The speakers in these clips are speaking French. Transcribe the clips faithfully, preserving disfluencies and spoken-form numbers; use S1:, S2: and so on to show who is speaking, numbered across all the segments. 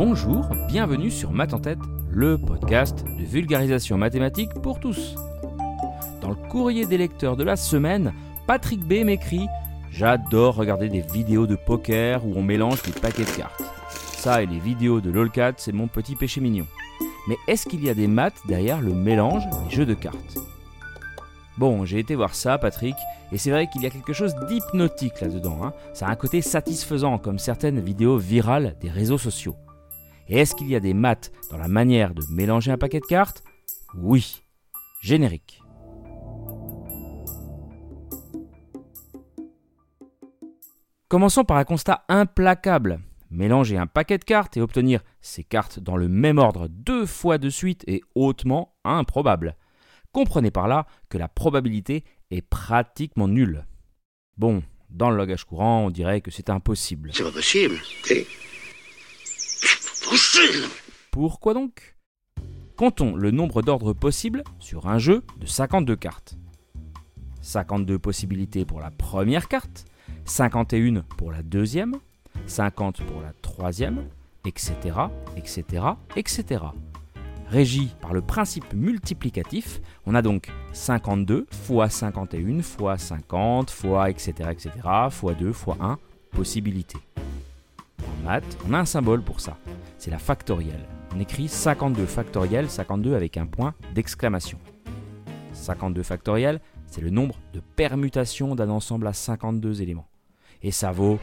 S1: Bonjour, bienvenue sur Maths en tête, le podcast de vulgarisation mathématique pour tous. Dans le courrier des lecteurs de la semaine, Patrick B m'écrit « J'adore regarder des vidéos de poker où on mélange des paquets de cartes. Ça et les vidéos de LOLCAT, c'est mon petit péché mignon. Mais est-ce qu'il y a des maths derrière le mélange des jeux de cartes ?» Bon, j'ai été voir ça, Patrick, et c'est vrai qu'il y a quelque chose d'hypnotique là-dedans. Hein. Ça a un côté satisfaisant, comme certaines vidéos virales des réseaux sociaux. Et est-ce qu'il y a des maths dans la manière de mélanger un paquet de cartes ? Oui. Générique. Commençons par un constat implacable. Mélanger un paquet de cartes et obtenir ces cartes dans le même ordre deux fois de suite est hautement improbable. Comprenez par là que la probabilité est pratiquement nulle. Bon, dans le langage courant, on dirait que c'est impossible.
S2: C'est pas possible, c'est... c'est pas possible.
S1: Pourquoi donc ? Comptons le nombre d'ordres possibles sur un jeu de cinquante-deux cartes. cinquante-deux possibilités pour la première carte, cinquante et une pour la deuxième, cinquante pour la troisième, et cetera, et cetera, et cetera. Régi par le principe multiplicatif, on a donc cinquante-deux fois cinquante et une fois cinquante fois et cetera et cetera fois deux fois un possibilités. En maths, on a un symbole pour ça, c'est la factorielle. On écrit cinquante-deux factoriel, cinquante-deux avec un point d'exclamation. cinquante-deux factoriel, c'est le nombre de permutations d'un ensemble à cinquante-deux éléments. Et ça vaut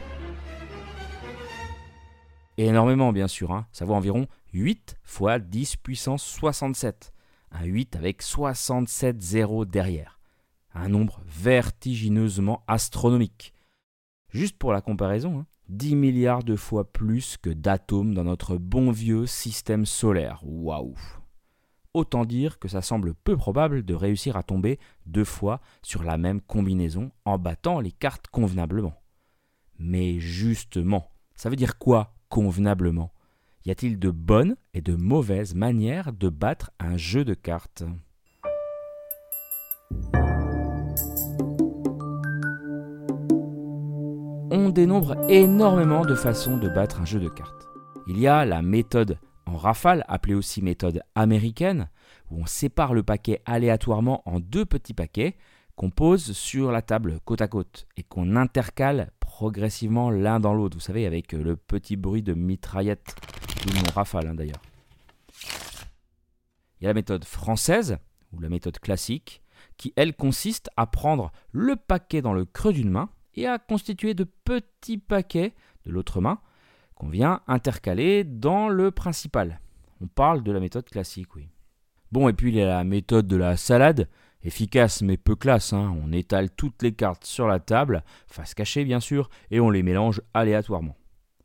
S1: énormément bien sûr, hein. Ça vaut environ huit fois dix puissance soixante-sept. Un huit avec soixante-sept zéros derrière. Un nombre vertigineusement astronomique. Juste pour la comparaison, hein, dix milliards de fois plus que d'atomes dans notre bon vieux système solaire. Waouh! Autant dire que ça semble peu probable de réussir à tomber deux fois sur la même combinaison en battant les cartes convenablement. Mais justement, ça veut dire quoi convenablement ? Y a-t-il de bonnes et de mauvaises manières de battre un jeu de cartes ? On dénombre énormément de façons de battre un jeu de cartes. Il y a la méthode en rafale, appelée aussi méthode américaine, où on sépare le paquet aléatoirement en deux petits paquets qu'on pose sur la table côte à côte et qu'on intercale progressivement l'un dans l'autre, vous savez, avec le petit bruit de mitraillette, ou mon rafale hein, d'ailleurs. Il y a la méthode française, ou la méthode classique, qui elle consiste à prendre le paquet dans le creux d'une main et à constituer de petits paquets de l'autre main qu'on vient intercaler dans le principal. On parle de la méthode classique, oui. Bon, et puis il y a la méthode de la salade, efficace mais peu classe, hein. On étale toutes les cartes sur la table, face cachée bien sûr, et on les mélange aléatoirement.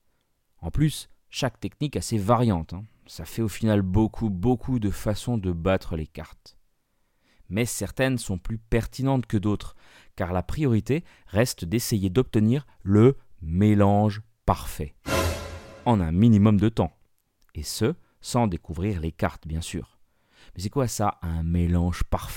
S1: En plus, chaque technique a ses variantes, hein. Ça fait au final beaucoup, beaucoup de façons de battre les cartes. Mais certaines sont plus pertinentes que d'autres, car la priorité reste d'essayer d'obtenir le mélange parfait, en un minimum de temps, et ce, sans découvrir les cartes bien sûr. Mais c'est quoi ça, un mélange parfait ?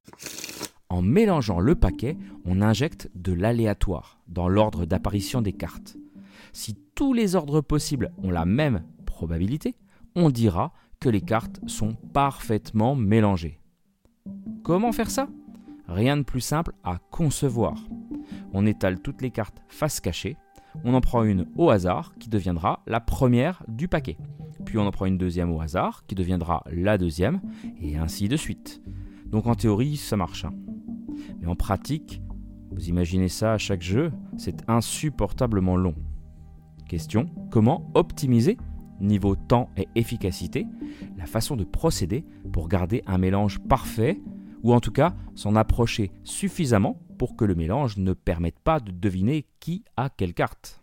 S1: En mélangeant le paquet, on injecte de l'aléatoire dans l'ordre d'apparition des cartes. Si tous les ordres possibles ont la même probabilité, on dira que les cartes sont parfaitement mélangées. Comment faire ça ? Rien de plus simple à concevoir. On étale toutes les cartes face cachée, on en prend une au hasard qui deviendra la première du paquet. Puis on en prend une deuxième au hasard qui deviendra la deuxième, et ainsi de suite. Donc en théorie, ça marche. Hein. Mais en pratique, vous imaginez ça à chaque jeu, c'est insupportablement long. Question, comment optimiser, niveau temps et efficacité, la façon de procéder pour garder un mélange parfait, ou en tout cas s'en approcher suffisamment pour que le mélange ne permette pas de deviner qui a quelle carte.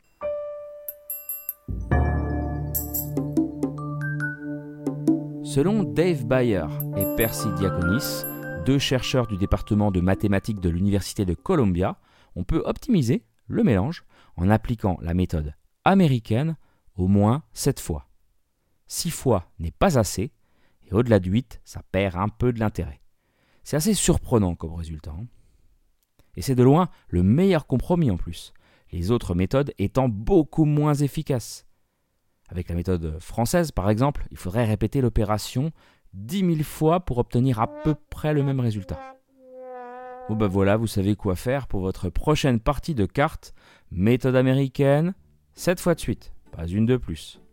S1: Selon Dave Bayer et Percy Diaconis, deux chercheurs du département de mathématiques de l'Université de Columbia, on peut optimiser le mélange en appliquant la méthode américaine au moins sept fois. six fois n'est pas assez, et au-delà de huit, ça perd un peu de l'intérêt. C'est assez surprenant comme résultat. Hein. Et c'est de loin le meilleur compromis en plus, les autres méthodes étant beaucoup moins efficaces. Avec la méthode française, par exemple, il faudrait répéter l'opération dix mille fois pour obtenir à peu près le même résultat. Bon ben voilà, vous savez quoi faire pour votre prochaine partie de cartes. Méthode américaine, sept fois de suite, pas une de plus.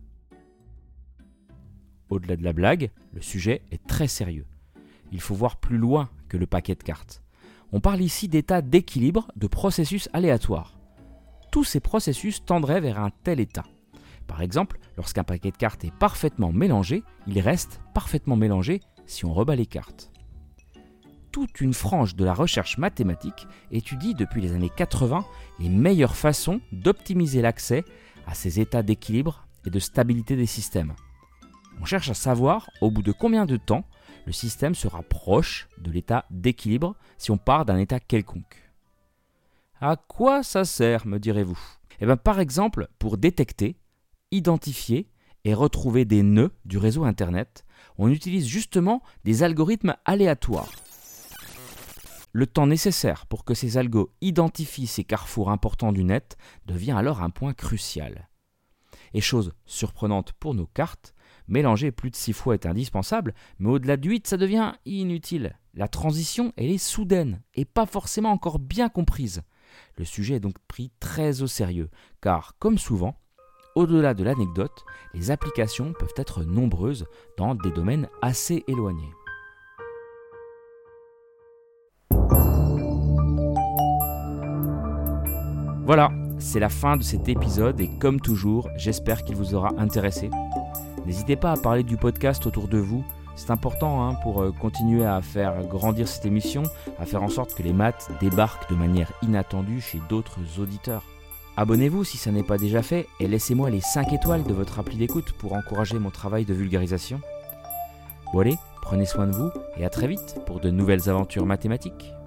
S1: Au-delà de la blague, le sujet est très sérieux. Il faut voir plus loin que le paquet de cartes. On parle ici d'états d'équilibre de processus aléatoires. Tous ces processus tendraient vers un tel état. Par exemple, lorsqu'un paquet de cartes est parfaitement mélangé, il reste parfaitement mélangé si on rebat les cartes. Toute une frange de la recherche mathématique étudie depuis les années quatre-vingts les meilleures façons d'optimiser l'accès à ces états d'équilibre et de stabilité des systèmes. On cherche à savoir au bout de combien de temps le système se rapproche de l'état d'équilibre si on part d'un état quelconque. À quoi ça sert, me direz-vous ? Eh bien, par exemple, pour détecter, identifier et retrouver des nœuds du réseau Internet, on utilise justement des algorithmes aléatoires. Le temps nécessaire pour que ces algos identifient ces carrefours importants du net devient alors un point crucial. Et chose surprenante pour nos cartes, mélanger plus de six fois est indispensable, mais au-delà du huit, ça devient inutile. La transition, elle est soudaine et pas forcément encore bien comprise. Le sujet est donc pris très au sérieux, car, comme souvent, au-delà de l'anecdote, les applications peuvent être nombreuses dans des domaines assez éloignés. Voilà, c'est la fin de cet épisode et comme toujours, j'espère qu'il vous aura intéressé. N'hésitez pas à parler du podcast autour de vous, c'est important hein, pour euh, continuer à faire grandir cette émission, à faire en sorte que les maths débarquent de manière inattendue chez d'autres auditeurs. Abonnez-vous si ça n'est pas déjà fait et laissez-moi les cinq étoiles de votre appli d'écoute pour encourager mon travail de vulgarisation. Bon allez, prenez soin de vous et à très vite pour de nouvelles aventures mathématiques.